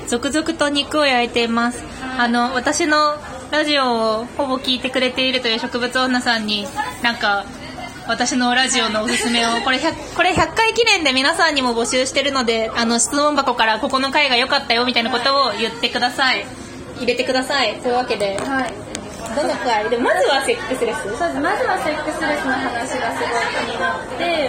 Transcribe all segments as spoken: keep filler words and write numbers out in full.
続々と肉を焼いています。あの私のラジオをほぼ聞いてくれているという植物女さんになんか私のラジオのおすすめをこれ 100, これひゃっかい記念で皆さんにも募集してるので、あの質問箱からここの回が良かったよみたいなことを言ってください。入れてください。というわけで、 はい、 どの回でまずはセックスレス。 そうです。まずはセックスレスの話がすごい気になって、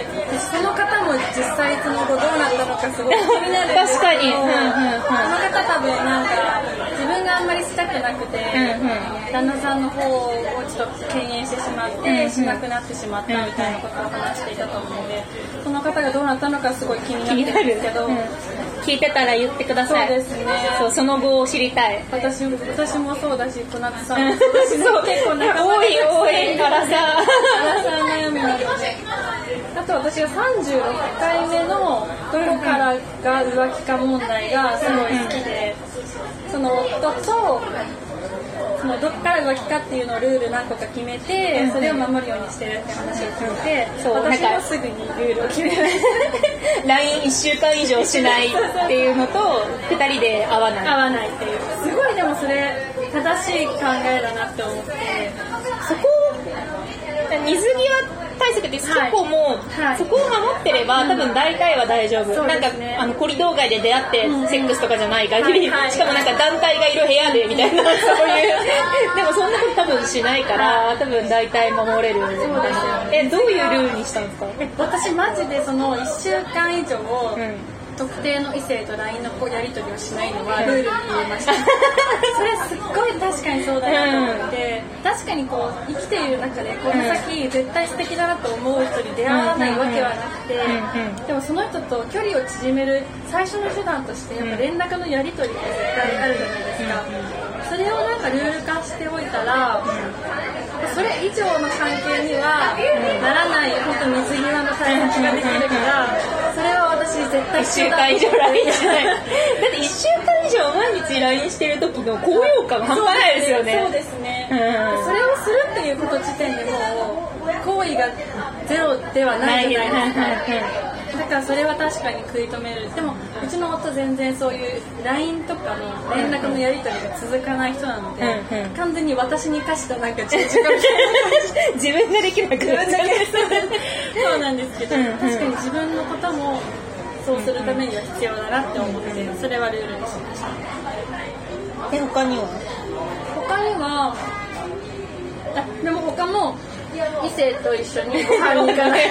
その方も実際その後どうなったのかすごい気になるんですけど、 確かに、うんうんうん、 この方多分なんか自分があんまりしたくなくて、うんうん、旦那さんの方をちょっと敬遠してしまって、うんうん、しなくなってしまったみたいなことを話していたと思うので、その方がどうなったのかすごい気になってるんですけど、 聞いてたら言ってください。 そうですね。 そう、その後を知りたい。 私も私もそうだし、小夏さんもそうだし、そう結構仲間多い多いアラサーアラサー悩みなので、あと私がさんじゅうろっかいめのどこからが浮気か問題がすごい好きで、その夫とそのどこから浮気かっていうのをルール何個か決めて、それを守るようにしてるって話を聞いて、そう私もすぐにルールを決めました。 ラインいっしゅうかん以上しないっていうのとふたりで会わない会わないっていう、すごいでもそれ正しい考えだなって思って、 そこ水際対策ってそこも、はい、そこを守ってれば、うん、多分大体は大丈夫、ね、なんかあのコリドー街で出会ってセックスとかじゃない限り、うんはいはい、しかもなんか団体がいる部屋でみたいなそういうでもそんなこと多分しないから多分大体守れる。そうですよね。えどういうルールにしたんですか？ 私マジでそのいっしゅうかん以上、うん特定の異性と ライン のやり取りをしないのはルールに入れました。それすっごい確かにそうだなと思って、うん、確かにこう生きている中でこの先、うん、絶対素敵だなと思う人に出会わないわけはなくて、うんうん、でもその人と距離を縮める最初の手段としてやっぱ連絡のやり取りって絶対あるじゃないですか、うん、それをなんかルール化しておいたら、うん、それ以上の関係にはならない本当に水際の対策ができるから、それは私絶対いっしゅうかん以上 ライン しないだっていっしゅうかん以上毎日 ライン してる時の高揚感半端ないですよね。 そうですね、うん、それをするっていうこと時点でもう行為がゼロではないじゃないですか。だからそれは確かに食い止める。でもうちの夫全然そういう ライン とかの連絡のやり取りが続かない人なので、うんうん、完全に私に課したなんか自分ができなくなっちゃうそうなんですけど、うんうん、確かに自分のこともそうするためには必要だなって思って、うんうん、それはルールにしました。 で他には他にはあでも他も異性と一緒にご飯に行かない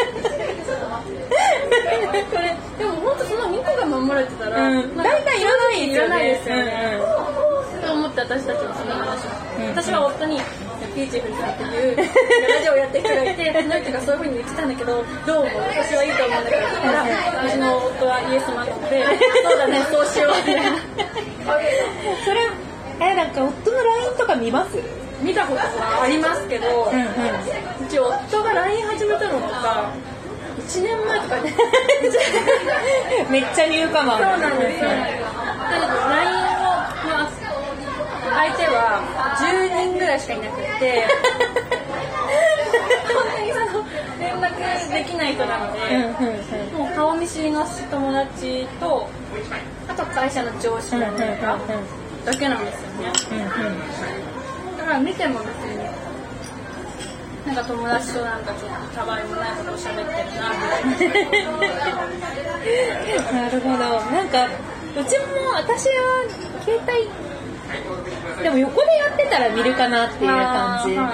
これでも本当そのにこが守れてたら、うん、大体いらないいらないですよね、うんうん、と思って私たちもその話を、うん、私は夫にピーチフルさんっていうラジオをやってる人がいてその人がそういう風に言ってたんだけどどうも私はいいと思うんだけどだからうちの夫はイエスマンなのでそうだねそうしようみたいなそれえなんか夫の ライン とか見ます？ 見たことはありますけど、うんうん、うち夫が ライン 始めたのがいちねんまえとかでめっちゃニューカマー。 そうなんですよ。だけど ライン の相手はじゅうにんぐらいしかいなくて本当にその連絡できない人なので、うんうんうん、もう顔見知りの友達とあと会社の上司の方だけなんですよね、うんうん、だから見ても別になんか友達となんかちょっとたわいもないことを喋ってるなみたいななるほど。なんかうちも私は携帯でも横でやってたら見るかなっていう感じ、はい、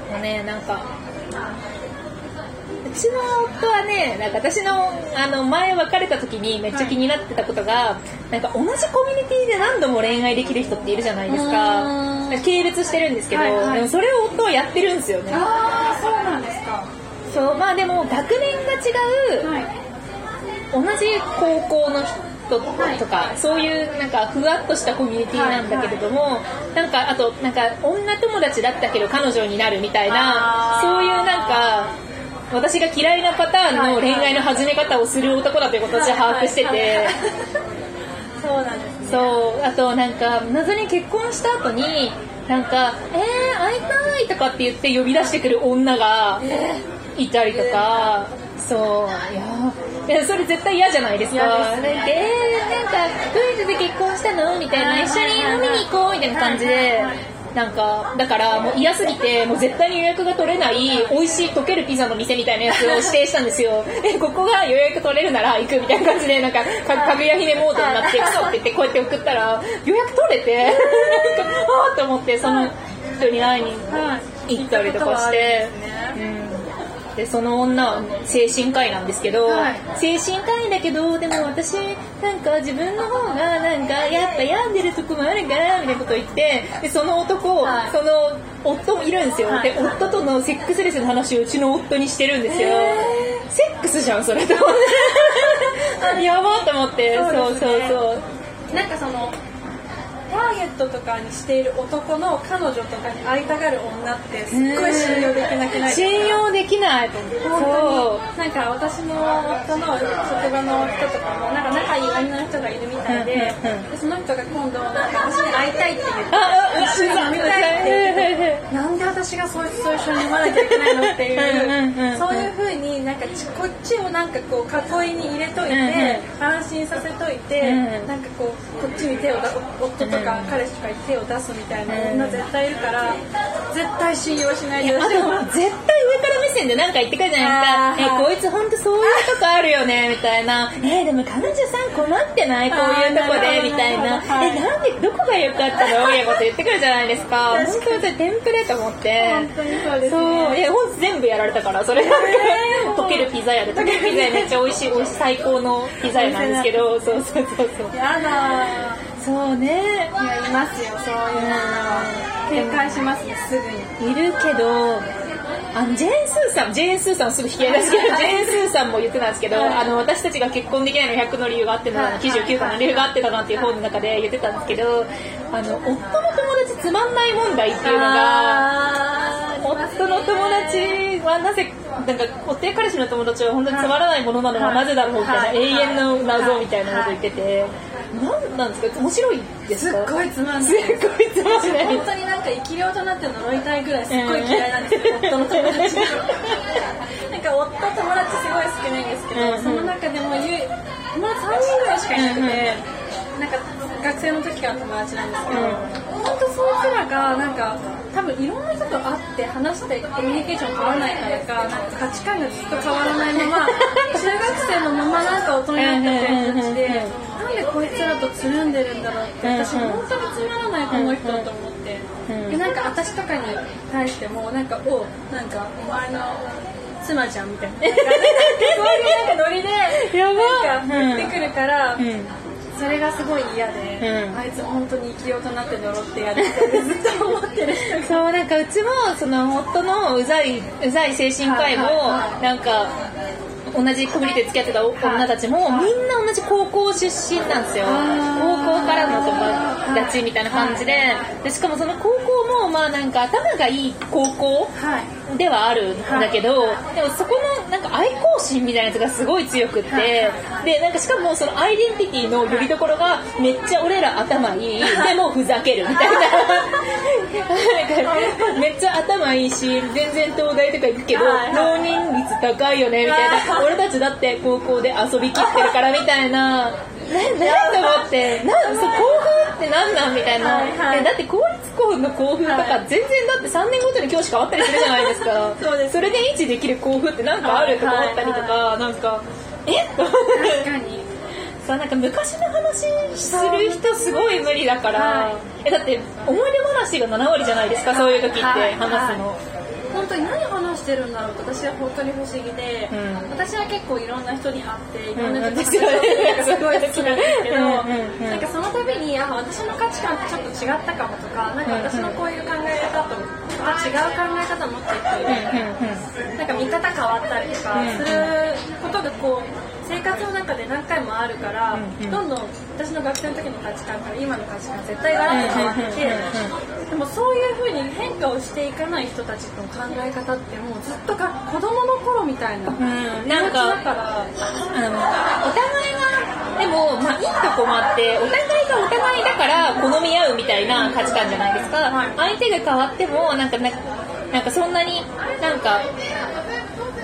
もうねなんかうちの夫はねなんか私のあの前別れた時にめっちゃ気になってたことが、はい、なんか同じコミュニティで何度も恋愛できる人っているじゃないですか。軽蔑してるんですけど、はいはい、でもそれを夫はやってるんですよね。 ああそうなんですか。 そうまあでも学年が違う、はい、同じ高校の人とか、はい、そういうなんかふわっとしたコミュニティなんだけれども、はいはい、なんかあとなんか女友達だったけど彼女になるみたいなそういうなんか私が嫌いなパターンの恋愛の始め方をする男だということを私は把握してて、はいはいはい、 そうなんですね。 そうあとなんか謎に結婚した後になんかえー会いたいとかって言って呼び出してくる女がいたりとか、そういやいやそれ絶対嫌じゃないですか。なんか、えー、なんか結婚したのみたいな、一緒に飲みに行こうみたいな感じで、なんかだからもう嫌すぎてもう絶対に予約が取れない美味しい溶けるピザの店みたいなやつを指定したんですよ。えここが予約取れるなら行くみたいな感じで、なんかかぐや姫モードになってクソって言ってこうやって送ったら予約取れてなんかあーって思って、その人に会いに行ったりとかして、うん、でその女は精神科医なんですけど、はい、精神科医だけどでも私なんか自分の方がなんかやっぱ病んでるとこもあるからみたいなことを言って、でその男、はい、その夫もいるんですよ、はい、で夫とのセックスレスの話をうちの夫にしてるんですよ。セックスじゃんそれとやばーと思って。そうそうそうそう、 なんかそのターゲットとかにしている男の彼女とかに会いたがる女ってすっごい信用できなくないですか？ 信用できないと思う。 そうなんか私の夫の職場の人とかもなんか仲いい女の人がいるみたいで、うんうんうん、でその人が今度なんか私に会いたいって言って一緒に飲みたいって言ってなんで私がそいつと一緒に飲まなきゃいけないのっていううんうん、そういう風になんかこっちをなんかこう囲いに入れといて、うんうん、安心させといて、うん、なんかこうこっちに手を出す夫とか彼氏とかに手を出すみたいな女絶対いるから絶対信用しないでほしい。 絶対上から目線で何か言ってくるじゃないですか。えこいつ本当そういうとこあるよねみたいな。えでも彼女さん困ってないこういうとこでみたいな。えなんでどこが良かったのみたいなこと言ってくるじゃないですか。本当にそれテンプレと思って。 本当にそうですね。 そういや本当全部やられたからそれなんか溶けるピザ屋で溶けるピザ屋めっちゃ美味しい美味しい最高のピザ屋なんですけどそうそうそうそう。 やだそうね。 いやいますよそういうの警戒しますねすぐに。いるけどあのジェーン・スーさんジェーン・スーさんすぐ引き合いですけどジェーン・スーさんも言ってたんですけど、はい、あの私たちが結婚できないのひゃくの理由があっての、はい、きゅうじゅうきゅうかの理由があってたなっていう本の中で言ってたんですけど、あの夫の友達つまんない問題っていうのが夫の友達はなぜなんか夫や彼氏の友達は本当につまらないものなのはなぜだろうみたいな、はい、永遠の謎みたいなこと言ってて、なんなんですか面白いですか？ すっごいつまんない。 すっごいつまんない。 本当になんか生き量となって呪いたいぐらいすっごい嫌いなんですけど、うん、夫の友達なんか夫友達すごい好きなんですけど、うん、その中でもゆまあさんにんぐらいしかいなくて、うん、なんか学生の時から友達なんですけど、うん、本当そいつらがなんか多分いろんな人と会って話してコミュニケーション変わらないからか、なんか価値観がずっと変わらないまま中学生のままなんか大人になったみたいな感じでなんでこいつらとつるんでるんだろうって私本当につまらないこの人と思って、でなんか私とかに対してもなんかおなんかお前の妻じゃんみたいなそういうなんかノリでなんか言ってくるから、うんうんそれがすごい嫌で、うん、あいつ本当に生きようとなって呪ってやるってずっと思ってる人がそうなんかうちもその夫のうざいうざい精神科医もなんか同じコミュニティで付き合ってた女たちもみんな同じ高校出身なんですよ。高校からの友達みたいな感じで、でしかもその高校もまあなんか頭がいい高校ではあるんだけど、でもそこのなんか愛好心みたいなやつがすごい強くって、でなんかしかもそのアイデンティティの呼びどころがめっちゃ俺ら頭いいでもふざけるみたいなめっちゃ頭いいし全然東大とか行くけど浪人率高いよねみたいな、俺たちだって高校で遊びきってるからみたいな何と思ってなそう興奮って何なんみたいな、はいはい、だって公立校の興奮とか、はい、全然だってさんねんごとに教師変わったりするじゃないですかそうです。それで維持できる興奮ってなんかあるとか思ったりとか、はいはいはい、なんかえっ確かにさなんか昔の話する人すごい無理だから、はい、えだって思い出話がななわりじゃないですか、そういう時って話すの、はいはい本当に何話してるんだろうと私は本当に不思議で、うん、私は結構いろんな人に会っていろんな人と話すのがすごい好きなんですけど、なんかその度にあ私の価値観とちょっと違ったかもとか、なんか私のこういう考え方とまた違う考え方持っていて、なんか見方変わったりとかすることがこう生活の中で何回もあるから、どんどん私の学生の時の価値観から今の価値観絶対ガラッと変わって、でもそういう風に変化をしていかない人たちの考え方ってもうずっとが子供の頃みたいな、うん、なんかだからあのお互いがでも、まあ、いいとこもあってお互いがお互いだから好み合うみたいな価値観じゃないですか、はい、相手が変わってもなんかなんかそんなになんか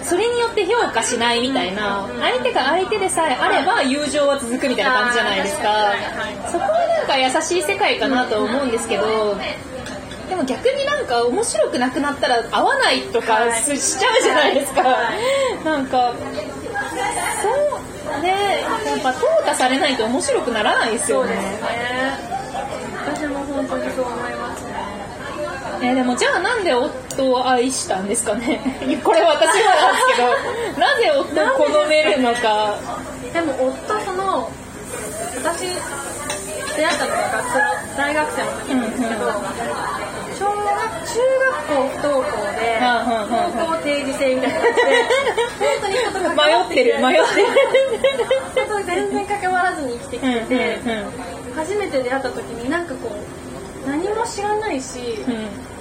それによって評価しないみたいな、相手が相手でさえあれば友情は続くみたいな感じじゃないですか。そこはなんか優しい世界かなと思うんですけど、でも逆になんか面白くなくなったら会わないとかしちゃうじゃないですか。なんかそうね、やっぱ淘汰されないと面白くならないですよね。 そうですね。私も本当にそう思いますね。 えー、でもじゃあなんで夫を愛したんですかね。これ私はなんですけど、なぜ夫を好めるのか。 でも夫、その私出会ったのが学生の大学生の時なんですけど、うんうん、小学中学校不登校で、高校定時制みたいな感じで本当に人と関わってきて迷ってる迷ってる人と全然関わらずに生きてきてて、うんうんうん、初めて出会った時になんかこう何も知らないし、うん、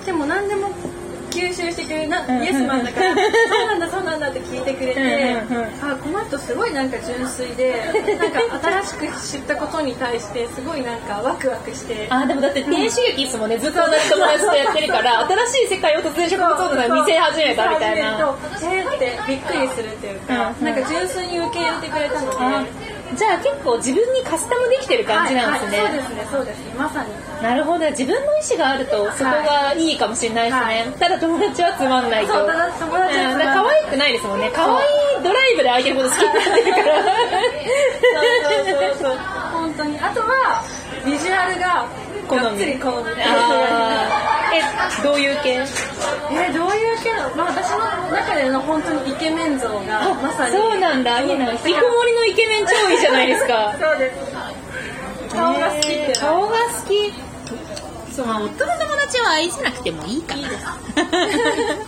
でも何でも吸収してくれるな、イエスマンだからそうなんだそうなんだって聞いてくれて、うんうんうん、あ、この人すごいなんか純粋でなんか新しく知ったことに対してすごいなんかワクワクして、 あ、でもだって天使劇ですもんね、ずっと同じ友達とやってるから新しい世界を突然植物を見せ始めたみたいな、 えーってびっくりするっていうか、うんうん、なんか純粋に受け入れてくれたので、 じゃあ結構自分にカスタムできてる感じなんですね。 はいはい、そうですね、そうですね、まさに。 なるほど、自分の意思があるとそこがいいかもしれないですね。はい、ただ友達はつまんないと。 そう、ただ友達はつまんない。 可愛くないですもんね。可愛いドライブで相手のこと好きになってるから。そうそうそうそう。本当に。あとはビジュアルががっつり好み。 え、どういう系？ えー、どういう系なの？まあ私の中での本当にイケメン像がまさに。 そうなんだ。いいな。引きこもりのイケメン超いいじゃないですか。 そうです。顔が好きって。 顔が好き。そう、まあ夫の友達は愛しなくてもいいかな。いいです。